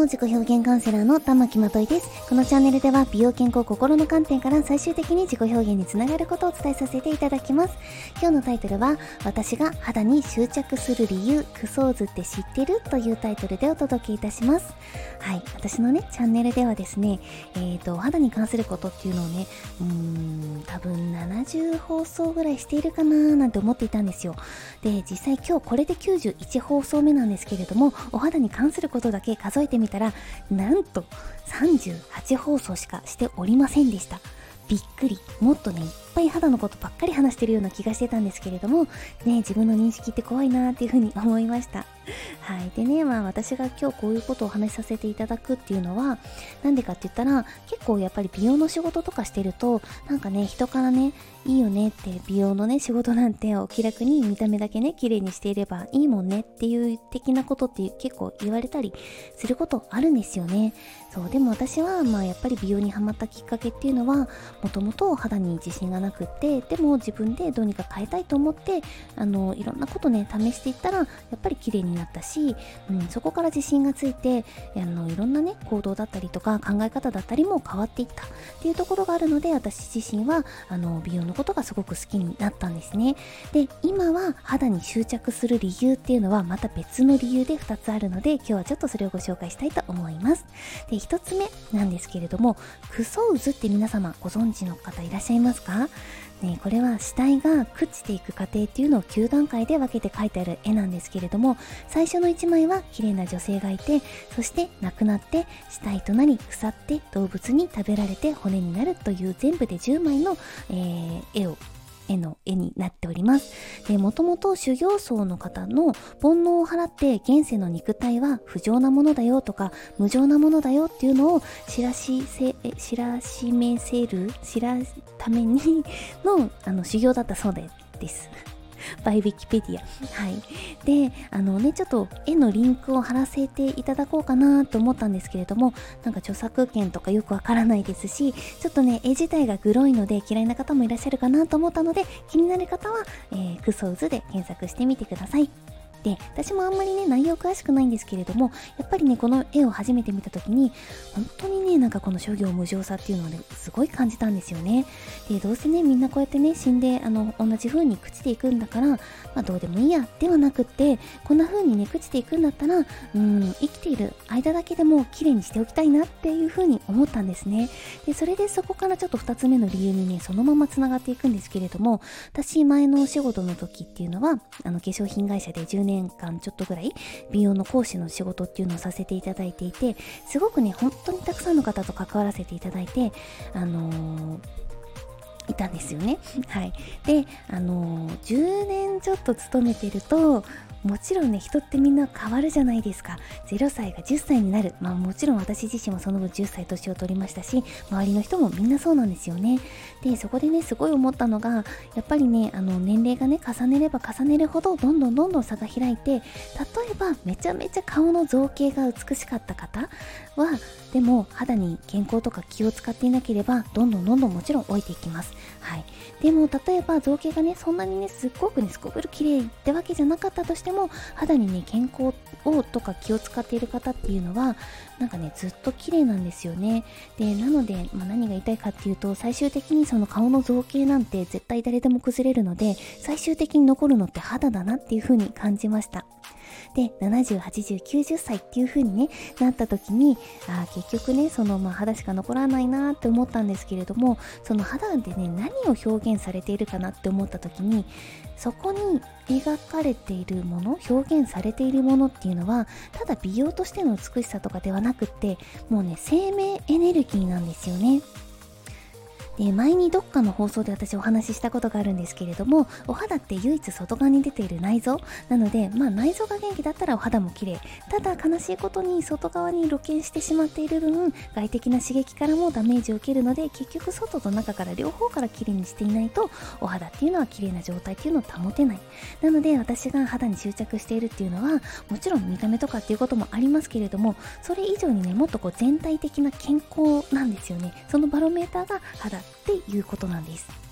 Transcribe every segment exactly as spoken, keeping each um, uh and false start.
も、自己表現カウンセラーの玉木まといです。このチャンネルでは美容健康心の観点から最終的に自己表現につながることをお伝えさせていただきます。今日のタイトルは、私が肌に執着する理由、クソーズって知ってる？というタイトルでお届けいたします。はい、私のねチャンネルではですね、えーと肌に関することっていうのをね、うーん多分ななじゅう放送ぐらいしているかなーなんて思っていたんですよ。で、実際今日これできゅうじゅういち放送目なんですけれども、お肌に関することだけ数えてみたら、なんとさんじゅうはち放送しかしておりませんでした。びっくり。もっとねいっぱい肌のことばっかり話してるような気がしてたんですけれどもね、自分の認識って怖いなーっていうふうに思いました。はい。でね、まあ私が今日こういうことをお話しさせていただくっていうのは、なんでかって言ったら、結構やっぱり美容の仕事とかしてると、なんかね、人からね、いいよねって、美容のね、仕事なんてお気楽に見た目だけね、綺麗にしていればいいもんねっていう的なことって結構言われたりすることあるんですよね。そう、でも私はまあやっぱり美容にハマったきっかけっていうのは、もともと肌に自信がなくって、でも自分でどうにか変えたいと思って、あの、いろんなことね、試していったら、やっぱり綺麗になったし、うん、そこから自信がついて、あの、いろんなね、行動だったりとか考え方だったりも変わっていったっていうところがあるので、私自身は、あの、美容のことがすごく好きになったんですね。で、今は肌に執着する理由っていうのはまた別の理由でふたつあるので、今日はちょっとそれをご紹介したいと思います。で、ひとつめなんですけれども、クソ渦って皆様ご存知の方いらっしゃいますか？ね、これは死体が朽ちていく過程っていうのをきゅう段階で分けて描いてある絵なんですけれども、最初のいちまいは綺麗な女性がいて、そして亡くなって死体となり腐って動物に食べられて骨になるという全部でじゅうまいの、えー絵を絵の絵になっております。で、もともと修行僧の方の煩悩を払って現世の肉体は不浄なものだよとか無常なものだよっていうのを知らしせ知らしめせる知らすためにのあの修行だったそうです。バイウィキペディア。はい。で、あのね、ちょっと絵のリンクを貼らせていただこうかなと思ったんですけれども、なんか著作権とかよくわからないですし、ちょっとね、絵自体がグロいので嫌いな方もいらっしゃるかなと思ったので、気になる方は、えー、クソウズで検索してみてください。で、私もあんまりね内容詳しくないんですけれども、やっぱりねこの絵を初めて見た時に本当にねなんかこの諸行無常さっていうのをねすごい感じたんですよね。で、どうせねみんなこうやってね死んであの同じ風に朽ちていくんだから、まあどうでもいいやではなくって、こんな風にね朽ちていくんだったら、うん生きている間だけでも綺麗にしておきたいなっていう風に思ったんですね。で、それでそこからちょっとふたつめの理由にねそのままつながっていくんですけれども、私前のお仕事の時っていうのはあの化粧品会社でじゅうねんかんちょっとぐらい美容の講師の仕事っていうのをさせていただいていて、すごくね本当にたくさんの方と関わらせていただいて、あのーいたんですよね。はい。で、あのー、じゅうねんちょっと勤めてると、もちろんね、人ってみんな変わるじゃないですか。ゼロさいがじゅっさいになる。まあもちろん私自身もその分じゅっさい年を取りましたし、周りの人もみんなそうなんですよね。で、そこでね、すごい思ったのが、やっぱりね、あの、年齢がね、重ねれば重ねるほど、どんどんどんどん差が開いて、例えば、めちゃめちゃ顔の造形が美しかった方は、でも、肌に健康とか気を使っていなければ、どんどんどんどんもちろん老いていきます。はい。でも、例えば、造形がね、そんなにね、すっごくね、すこぶる綺麗ってわけじゃなかったとしても、肌にね、健康をとか気を使っている方っていうのは、なんかね、ずっと綺麗なんですよね。で、なので、まあ、何が言いたいかっていうと、最終的にその顔の造形なんて絶対誰でも崩れるので、最終的に残るのって肌だなっていう風に感じました。で、ななじゅう、はちじゅう、きゅうじゅっさいっていう風にね、なった時に、あ結局ね、そのまあ肌しか残らないなーって思ったんですけれども、その肌でね、何を表現されているかなって思った時に、そこに描かれているもの、表現されているものっていうのは、ただ美容としての美しさとかではなくって、もうね、生命エネルギーなんですよね。で、前にどっかの放送で私お話ししたことがあるんですけれども、お肌って唯一外側に出ている内臓なので、まあ内臓が元気だったらお肌も綺麗。ただ悲しいことに外側に露見してしまっている分、外的な刺激からもダメージを受けるので、結局外と中から両方から綺麗にしていないと、お肌っていうのは綺麗な状態っていうのを保てない。なので私が肌に執着しているっていうのは、もちろん見た目とかっていうこともありますけれども、それ以上にね、もっとこう全体的な健康なんですよね。そのバロメーターが肌っていうことなんです。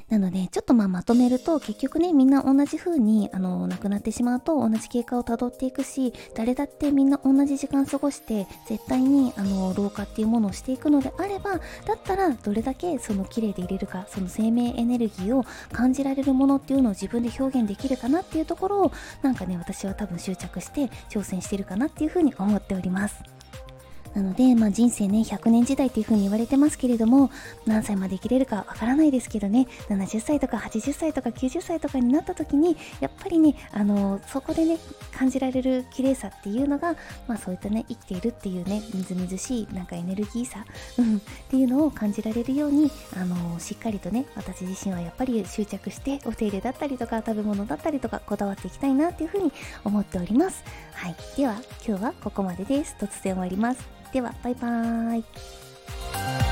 なのでちょっとまあまとめると、結局ね、みんな同じ風にあの亡くなってしまうと同じ経過をたどっていくし、誰だってみんな同じ時間過ごして絶対にあの老化っていうものをしていくのであれば、だったらどれだけその綺麗でいれるか、その生命エネルギーを感じられるものっていうのを自分で表現できるかなっていうところを、なんかね、私は多分執着して挑戦してるかなっていう風に思っております。なので、まあ、人生ね、ひゃくねん時代っていう風に言われてますけれども、何歳まで生きれるかわからないですけどね、ななじゅっさいとかはちじゅっさいとかきゅうじゅっさいとかになった時に、やっぱりね、あのそこでね、感じられる綺麗さっていうのが、まあそういったね、生きているっていうね、みずみずしいなんかエネルギーさ、うん、っていうのを感じられるように、あのしっかりとね、私自身はやっぱり執着して、お手入れだったりとか、食べ物だったりとか、こだわっていきたいなっていう風に思っております。はい。では、今日はここまでです。突然終わります。では、バイバーイ。